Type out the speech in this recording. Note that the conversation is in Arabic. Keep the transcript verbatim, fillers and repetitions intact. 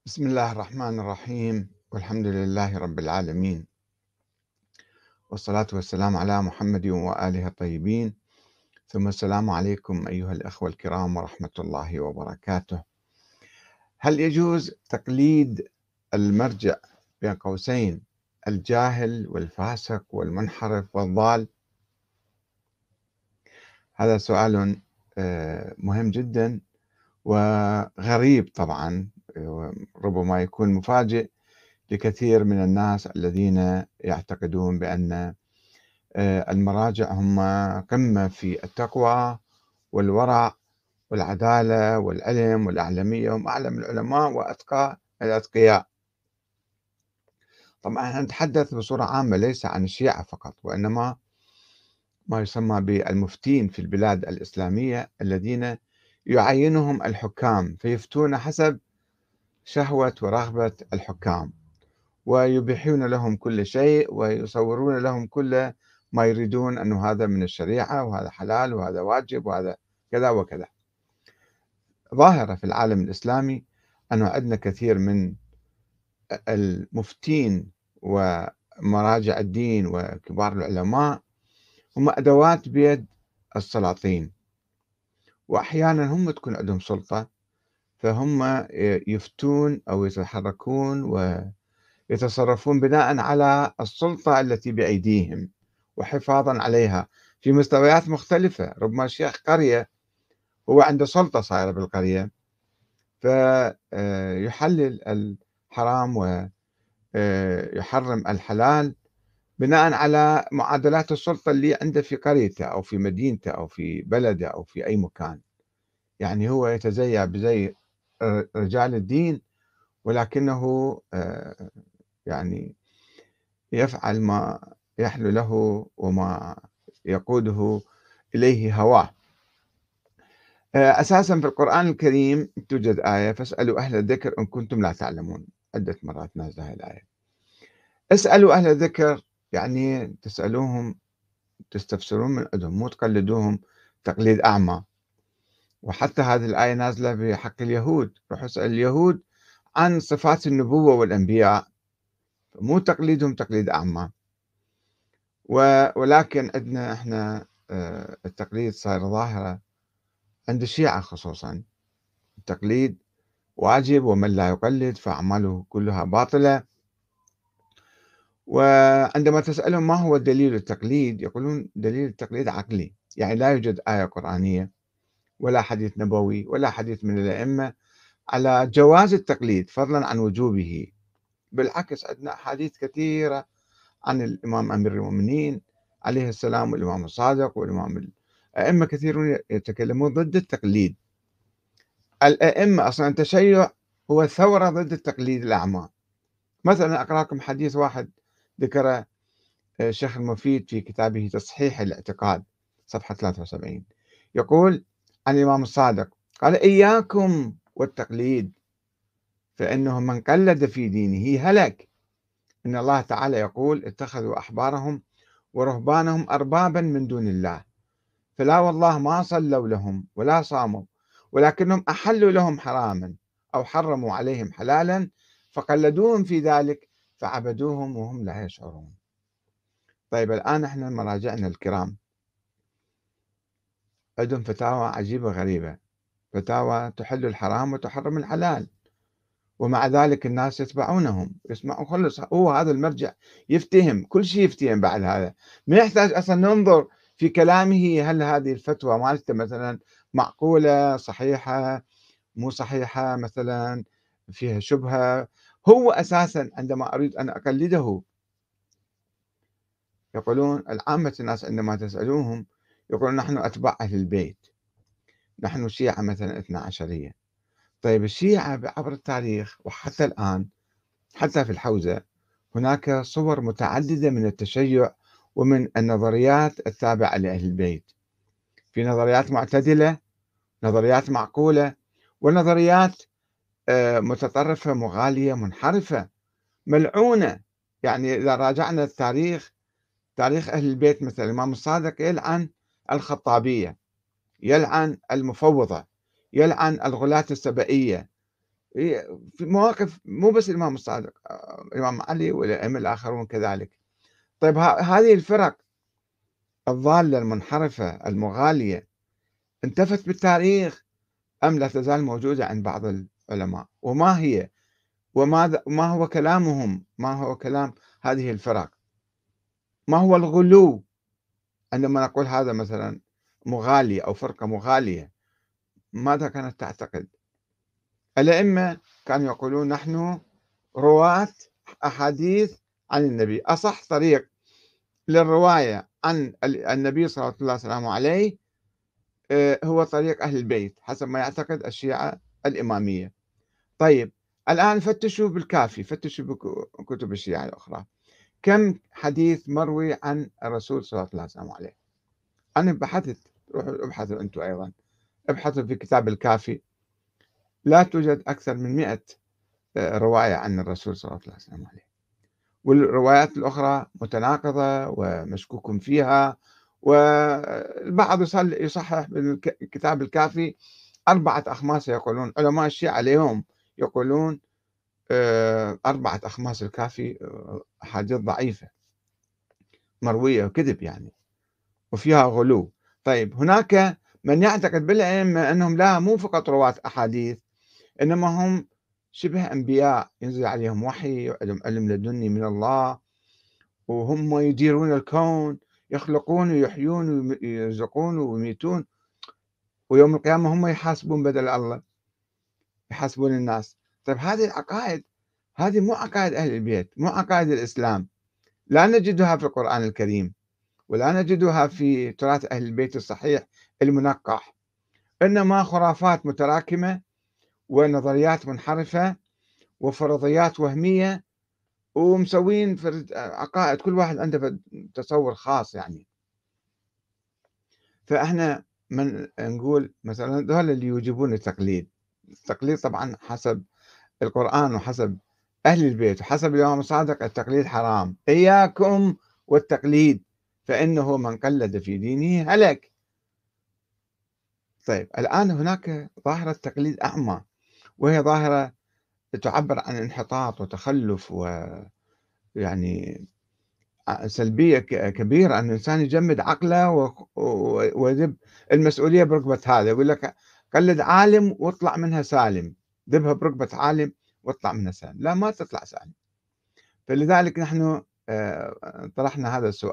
بسم الله الرحمن الرحيم والحمد لله رب العالمين والصلاة والسلام على محمد وآله الطيبين ثم السلام عليكم أيها الأخوة الكرام ورحمة الله وبركاته. هل يجوز تقليد المرجع بين قوسين الجاهل والفاسق والمنحرف والضال؟ هذا سؤال آه، مهم جدا وغريب طبعا، ربما يكون مفاجئ لكثير من الناس الذين يعتقدون بأن آه، المراجع هم قمة في التقوى والورع والعدالة والعلم والأعلمية، هم أعلم العلماء وأتقى الأتقياء. طبعا احنا نتحدث بصورة عامة ليس عن الشيعة فقط، وإنما ما يسمى بالمفتين في البلاد الإسلامية الذين يعينهم الحكام فيفتون حسب شهوة ورغبة الحكام، ويبيحون لهم كل شيء ويصورون لهم كل ما يريدون أنه هذا من الشريعة وهذا حلال وهذا واجب وهذا كذا وكذا. ظاهرة في العالم الإسلامي أنه عندنا كثير من المفتين ومراجع الدين وكبار العلماء هم أدوات بيد السلاطين، وأحيانا هم تكون عندهم سلطة فهم يفتون أو يتحركون و يتصرفون بناء على السلطة التي بأيديهم وحفاظا عليها في مستويات مختلفة. ربما شيخ قرية هو عنده سلطة صايرة بالقرية فيحلل الحرام ويحرم الحلال بناء على معادلات السلطة اللي عنده في قريته أو في مدينته أو في بلده أو في أي مكان. يعني هو يتزيى بزي رجال الدين، ولكنه يعني يفعل ما يحلو له وما يقوده إليه هواه. أساسا في القرآن الكريم توجد آية فاسألوا أهل الذكر إن كنتم لا تعلمون، عدة مرات نازلة هذه الآية. اسألوا أهل الذكر يعني تسألوهم تستفسرون من عندهم، مو تقلدوهم تقليد أعمى. وحتى هذه الآية نازلة بحق اليهود، روح اسأل اليهود عن صفات النبوة والأنبياء، مو تقليدهم تقليد أعمى. ولكن عندنا احنا آه، التقليد صار ظاهرة عند الشيعة خصوصا. التقليد واجب ومن لا يقلد فأعماله كلها باطلة. وعندما تسألهم ما هو دليل التقليد يقولون دليل التقليد عقلي، يعني لا يوجد آية قرآنية ولا حديث نبوي ولا حديث من الأئمة على جواز التقليد فضلا عن وجوبه. بالعكس عندنا أحاديث كثيرة عن الإمام أمير المؤمنين عليه السلام والإمام الصادق والإمام الأئمة كثيرون يتكلمون ضد التقليد. الأئمة أصلا التشيع هو ثورة ضد التقليد الأعمى. مثلا أقرأ لكم حديث واحد ذكره الشيخ المفيد في كتابه تصحيح الاعتقاد صفحة ثلاثة وسبعين، يقول عن الإمام الصادق قال إياكم والتقليد فإنه من قلد في دينه هلك. إن الله تعالى يقول اتخذوا أحبارهم ورهبانهم أربابا من دون الله فلا والله ما صلوا لهم ولا صاموا ولكنهم أحلوا لهم حراما أو حرموا عليهم حلالا فقلدوهم في ذلك فعبدوهم وهم لا يشعرون. طيب الآن احنا مراجعنا الكرام عندهم فتاوى عجيبة غريبة، فتاوى تحل الحرام وتحرم الحلال، ومع ذلك الناس يتبعونهم يسمعوا خلص هو هذا المرجع يفتهم كل شيء، يفتهم بعد هذا ما يحتاج أصلا ننظر في كلامه هل هذه الفتوى مالته مثلا معقولة صحيحة مو صحيحة، مثلا فيها شبهة. هو أساسا عندما أريد أن أقلده يقولون العامة الناس عندما تسألوهم يقولون نحن أتباع أهل البيت، نحن شيعة مثلا اثنا عشرية. طيب الشيعة عبر التاريخ وحتى الآن حتى في الحوزة هناك صور متعددة من التشيع ومن النظريات التابعة لأهل البيت. في نظريات معتدلة، نظريات معقولة، ونظريات آه، متطرفة مغالية منحرفة ملعونة. يعني إذا راجعنا التاريخ، تاريخ أهل البيت مثل الإمام الصادق يلعن الخطابية، يلعن المفوضة، يلعن الغلاة السبئية، هي في مواقف مو بس الإمام الصادق، آآ الإمام علي والأئمة الآخرون كذلك. طيب ه هذه الفرق الضالة المنحرفة المغالية انتفت بالتاريخ أم لا تزال موجودة عند بعض العلماء؟ وما هي؟ وماذا ما هو كلامهم؟ ما هو كلام هذه الفرق؟ ما هو الغلو عندما نقول هذا مثلًا مغالي أو فرقة مغالية، ماذا كانت تعتقد؟ الأئمة كانوا يقولون نحن رواة أحاديث عن النبي، أصح طريق للرواية عن ال النبي صلوات الله وسلامه عليه آآ هو طريق أهل البيت حسب ما يعتقد الشيعة الإمامية. طيب الآن فتشوا بالكافي، فتشوا بك كتب الشيعة الأخرى، كم حديث مروي عن الرسول صلوات الله وسلامه عليه؟ أنا بحثت، روحوا ابحثوا أنتم أيضًا، ابحثوا في كتاب الكافي، لا توجد أكثر من مئة آآ رواية عن الرسول صلوات الله وسلامه عليه. والروايات الأخرى متناقضة ومشكوك فيها، والبعض يصل يصحح بالك كتاب الكافي أربعة أخماس يقولون علماء الشيعة اليوم يقولون آآ أربعة أخماس الكافي آآ أحاديث ضعيفة مروية وكذب يعني وفيها غلو. طيب هناك من يعتقد بالأئمة أنهم لا مو فقط رواة أحاديث، إنما هم شبه أنبياء ينزل عليهم وحي وعندهم علم لدني من الله، وهم يديرون الكون، يخلقون ويحيون ويرزقون ويميتون، ويوم القيامة هم يحاسبون بدل الله، يحاسبون الناس. طيب هذه العقائد هذه مو عقائد أهل البيت، مو عقائد الإسلام، لا نجدها في القرآن الكريم، ولا نجدها في تراث أهل البيت الصحيح المنقح، إنما خرافات متراكمة ونظريات منحرفة وفرضيات وهمية، ومسوين فرد عقائد كل واحد عنده فد تصور خاص يعني. فإحنا من نقول مثلًا هذول اللي يوجبون التقليد، التقليد طبعًا حسب القرآن وحسب أهل البيت وحسب الإمام الصادق التقليد حرام، إياكم والتقليد فإنه من قلد في دينه هلك. طيب الآن هناك ظاهرة تقليد أعمى، وهي ظاهرة تعبر عن انحطاط وتخلف ويعني ع سلبية ك كبيرة أن الإنسان يجمد عقله و و ويذب المسؤولية بركبة هذا، يقول لك قلد عالم واطلع منها سالم، ذبها بركبة عالم واطلع منها سالم، لا ما تطلع سالم. فلذلك نحن آآ طرحنا هذا السؤال.